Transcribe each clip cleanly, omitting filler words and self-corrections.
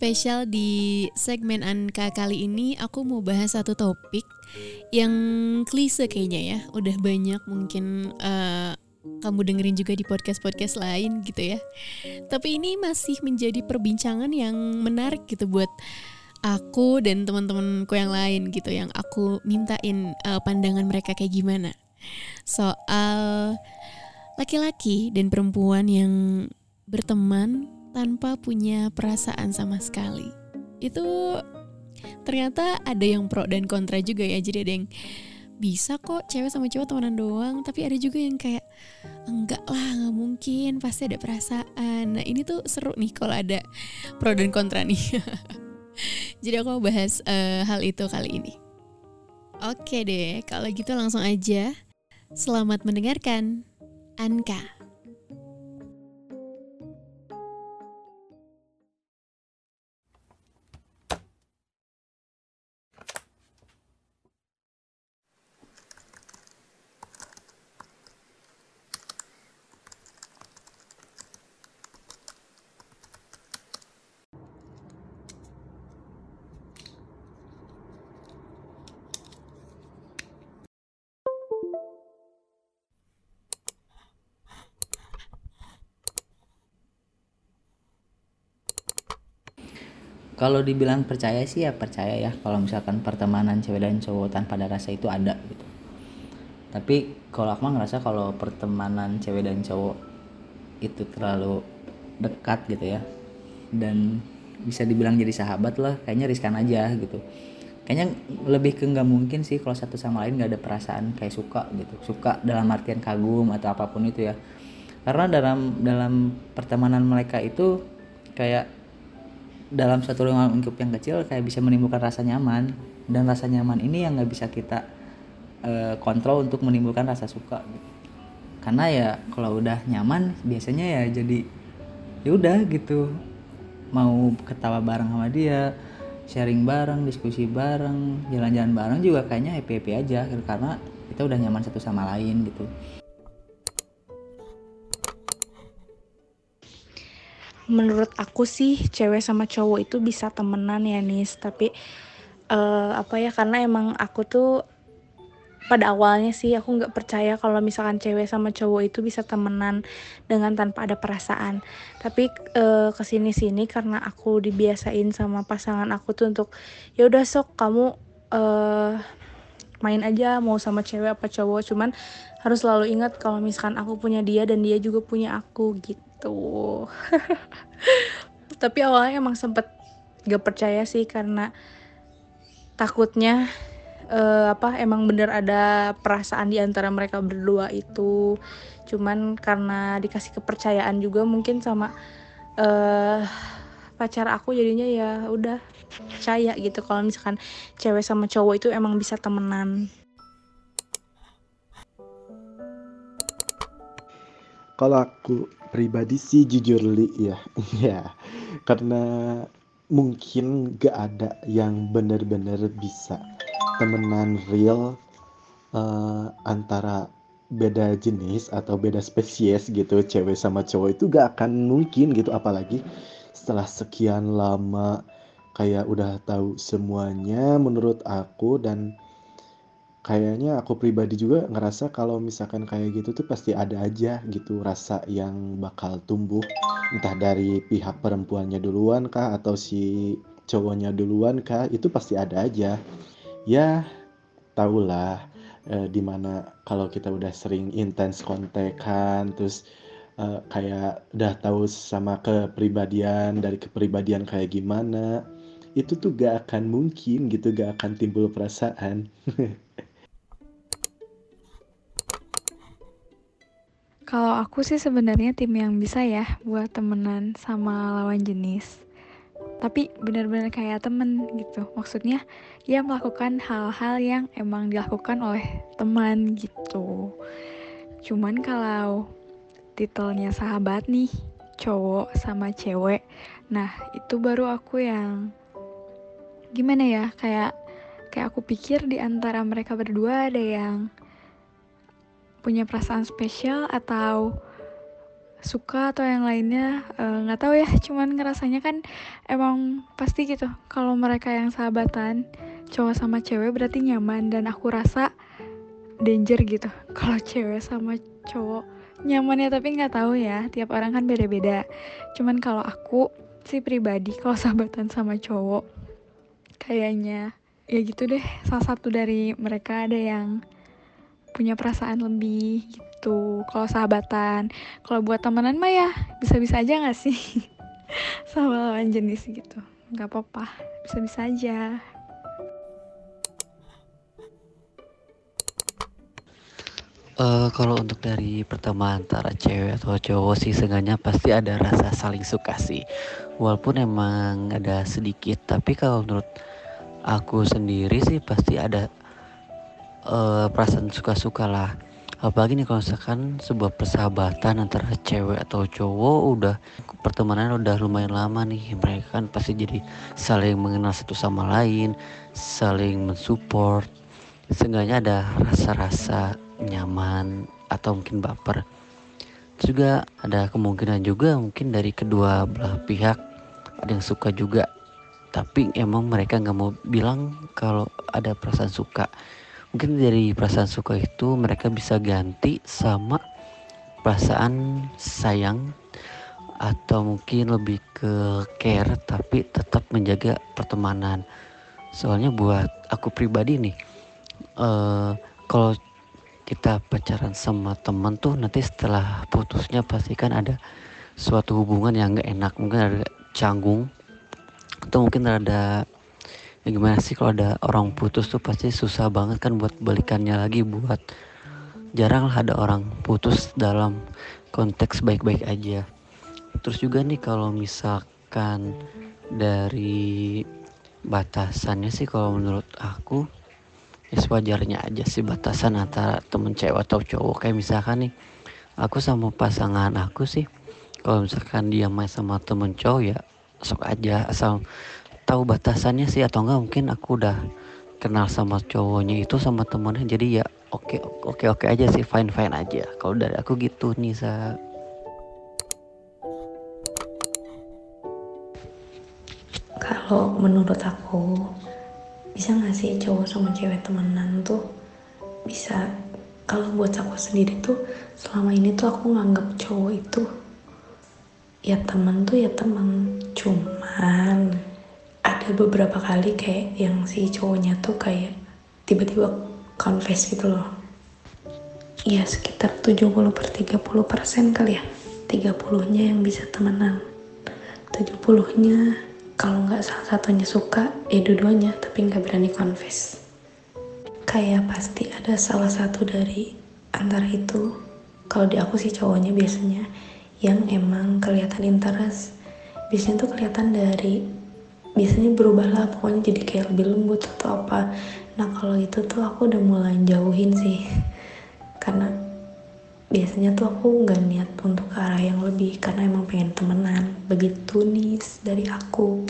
spesial di segmen Anka kali ini aku mau bahas satu topik yang klise kayaknya ya. Udah banyak mungkin kamu dengerin juga di podcast-podcast lain gitu ya. Tapi ini masih menjadi perbincangan yang menarik gitu buat aku dan teman-temanku yang lain gitu, yang aku mintain pandangan mereka kayak gimana soal laki-laki dan perempuan yang berteman tanpa punya perasaan sama sekali. Itu ternyata ada yang pro dan kontra juga ya. Jadi ada yang bisa kok cewek sama cowok temenan doang, tapi ada juga yang kayak enggak lah, gak mungkin, pasti ada perasaan. Nah ini tuh seru nih kalau ada pro dan kontra nih. Jadi aku mau bahas hal itu kali ini. Oke deh, kalau gitu langsung aja. Selamat mendengarkan, Anka. Kalau dibilang percaya sih ya percaya ya, kalau misalkan pertemanan cewek dan cowok tanpa ada rasa itu ada gitu. Tapi kalau aku mah ngerasa kalau pertemanan cewek dan cowok itu terlalu dekat gitu ya, dan bisa dibilang jadi sahabat lah, kayaknya riskan aja gitu. Kayaknya lebih ke nggak mungkin sih kalau satu sama lain nggak ada perasaan kayak suka gitu, suka dalam artian kagum atau apapun itu ya. Karena dalam pertemanan mereka itu kayak dalam satu ruangan lingkup yang kecil kayak bisa menimbulkan rasa nyaman, dan rasa nyaman ini yang nggak bisa kita kontrol untuk menimbulkan rasa suka gitu. Karena ya kalau udah nyaman biasanya ya jadi ya udah gitu, mau ketawa bareng sama dia, sharing bareng, diskusi bareng, jalan-jalan bareng juga kayaknya happy aja gitu, karena kita udah nyaman satu sama lain gitu. Menurut aku sih cewek sama cowok itu bisa temenan ya Nis, tapi karena emang aku tuh pada awalnya sih aku nggak percaya kalau misalkan cewek sama cowok itu bisa temenan dengan tanpa ada perasaan. Tapi kesini-sini karena aku dibiasain sama pasangan aku tuh untuk ya udah sok kamu main aja mau sama cewek apa cowok, cuman harus selalu ingat kalau misalkan aku punya dia dan dia juga punya aku gitu. Tapi awalnya emang sempet gak percaya sih karena takutnya emang bener ada perasaan di antara mereka berdua itu. Cuman karena dikasih kepercayaan juga mungkin sama pacar aku, jadinya ya udah percaya gitu kalau misalkan cewek sama cowok itu emang bisa temenan. Kalau aku pribadi sih jujur Li ya, ya karena mungkin gak ada yang benar-benar bisa temenan real antara beda jenis atau beda spesies gitu, cewek sama cowok itu gak akan mungkin gitu, apalagi setelah sekian lama kayak udah tahu semuanya menurut aku. Dan kayaknya aku pribadi juga ngerasa kalau misalkan kayak gitu tuh pasti ada aja gitu rasa yang bakal tumbuh, entah dari pihak perempuannya duluan kah atau si cowoknya duluan kah, itu pasti ada aja. Ya tahulah dimana kalau kita udah sering intens kontekan, terus kayak udah tahu sama kepribadian, dari kepribadian kayak gimana, itu tuh gak akan mungkin gitu, gak akan timbul perasaan. Kalau aku sih sebenarnya tim yang bisa ya buat temenan sama lawan jenis. Tapi benar-benar kayak temen gitu. Maksudnya ya melakukan hal-hal yang emang dilakukan oleh teman gitu. Cuman kalau titelnya sahabat nih, cowok sama cewek, nah itu baru aku yang gimana ya, kayak aku pikir di antara mereka berdua ada yang punya perasaan spesial atau suka atau yang lainnya, nggak tahu ya, cuman ngerasanya kan emang pasti gitu kalau mereka yang sahabatan cowok sama cewek berarti nyaman, dan aku rasa danger gitu kalau cewek sama cowok nyaman ya, tapi nggak tahu ya, tiap orang kan beda-beda. Cuman kalau aku sih pribadi kalau sahabatan sama cowok kayaknya ya gitu deh, salah satu dari mereka ada yang punya perasaan lebih gitu kalau sahabatan. Kalau buat temenan mah ya bisa-bisa aja nggak sih sama lawan jenis gitu, nggak apa-apa, bisa-bisa aja. Kalau untuk dari pertama antara cewek atau cowok sih seenggaknya pasti ada rasa saling suka sih. Walaupun emang ada sedikit, tapi kalau menurut aku sendiri sih pasti ada perasaan suka-suka lah. Apalagi nih kalau misalkan sebuah persahabatan antara cewek atau cowok udah pertemanan udah lumayan lama nih, mereka kan pasti jadi saling mengenal satu sama lain, saling mensupport. Seenggaknya ada rasa-rasa nyaman atau mungkin baper. Terus juga ada kemungkinan juga mungkin dari kedua belah pihak ada yang suka juga, tapi emang mereka nggak mau bilang kalau ada perasaan suka. Mungkin dari perasaan suka itu mereka bisa ganti sama perasaan sayang, atau mungkin lebih ke care tapi tetap menjaga pertemanan. Soalnya buat aku pribadi nih, kalau kita pacaran sama teman tuh nanti setelah putusnya pasti kan ada suatu hubungan yang nggak enak, mungkin ada canggung atau mungkin ada ya gimana sih, kalau ada orang putus tuh pasti susah banget kan buat balikannya lagi. Jarang lah ada orang putus dalam konteks baik-baik aja. Terus juga nih kalau misalkan dari batasannya sih, kalau menurut aku ya sewajarnya aja sih batasan antara temen cewek atau cowok. Kayak misalkan nih aku sama pasangan aku sih, kalau misalkan dia main sama temen cowok ya sok aja, asal tahu batasannya sih. Atau enggak mungkin aku udah kenal sama cowoknya itu sama temennya, jadi ya oke aja sih, fine aja. Kalau dari aku gitu nih Kalau menurut aku, bisa gak sih cowok sama cewek temenan tuh? Bisa. Kalau buat aku sendiri tuh, selama ini tuh aku nganggap cowok itu ya teman tuh ya teman. Cuman ada beberapa kali kayak yang si cowoknya tuh kayak tiba-tiba confess gitu loh. Ya sekitar 70/30% kali ya. 30-nya yang bisa temenan, 70-nya kalau nggak salah satunya suka, ya dua-duanya, tapi nggak berani confess. Kayak pasti ada salah satu dari antara itu. Kalau di aku sih cowoknya biasanya yang emang kelihatan interest. Biasanya tuh kelihatan dari, biasanya berubah lah, pokoknya jadi kayak lebih lembut atau apa. Nah kalau itu tuh aku udah mulai jauhin sih, karena biasanya tuh aku nggak niat untuk ke arah yang lebih, karena emang pengen temenan. Begitu nih dari aku.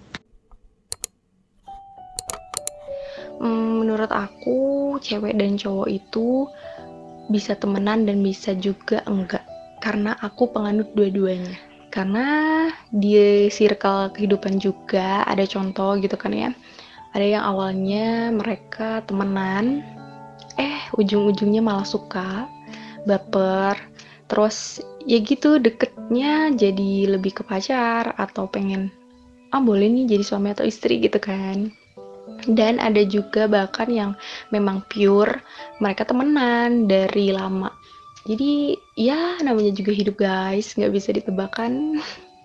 Menurut aku cewek dan cowok itu bisa temenan dan bisa juga enggak, karena aku penganut dua-duanya. Karena di circle kehidupan juga ada contoh gitu kan ya, ada yang awalnya mereka temenan, ujung-ujungnya malah suka, baper, terus ya gitu deketnya jadi lebih ke pacar atau pengen boleh nih jadi suami atau istri gitu kan. Dan ada juga bahkan yang memang pure mereka temenan dari lama. Jadi ya namanya juga hidup guys, nggak bisa ditebakkan.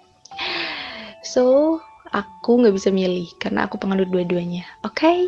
So aku nggak bisa milih karena aku penganut dua-duanya. Oke?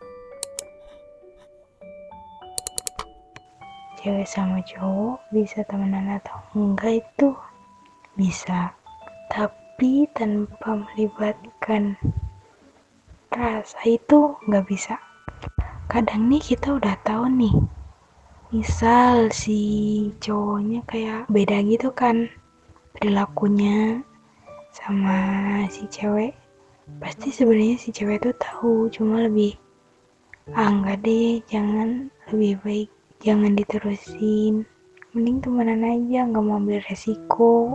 Cewek sama cowok bisa temenan atau enggak itu bisa, tapi tanpa melibatkan rasa itu nggak bisa. Kadang nih kita udah tahu nih, misal si cowoknya kayak beda gitu kan perilakunya sama si cewek, pasti sebenarnya si cewek tuh tahu, cuma lebih enggak deh, jangan, lebih baik jangan diterusin, Mending temenan aja, nggak mau ambil resiko.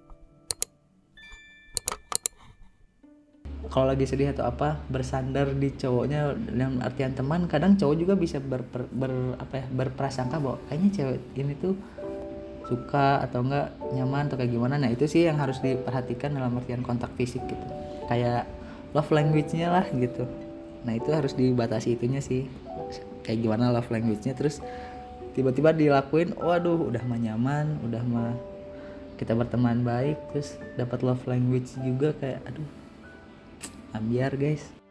Kalau lagi sedih atau apa, bersandar di cowoknya dalam artian teman. Kadang cowok juga bisa berprasangka bahwa kayaknya cewek ini tuh suka atau enggak, nyaman atau kayak gimana. Nah itu sih yang harus diperhatikan dalam artian kontak fisik gitu, kayak love language-nya lah gitu. Nah itu harus dibatasi itunya sih, kayak gimana love language-nya. Terus tiba-tiba dilakuin, waduh udah mah nyaman, udah mah kita berteman baik, terus dapat love language juga, kayak aduh ambiar guys.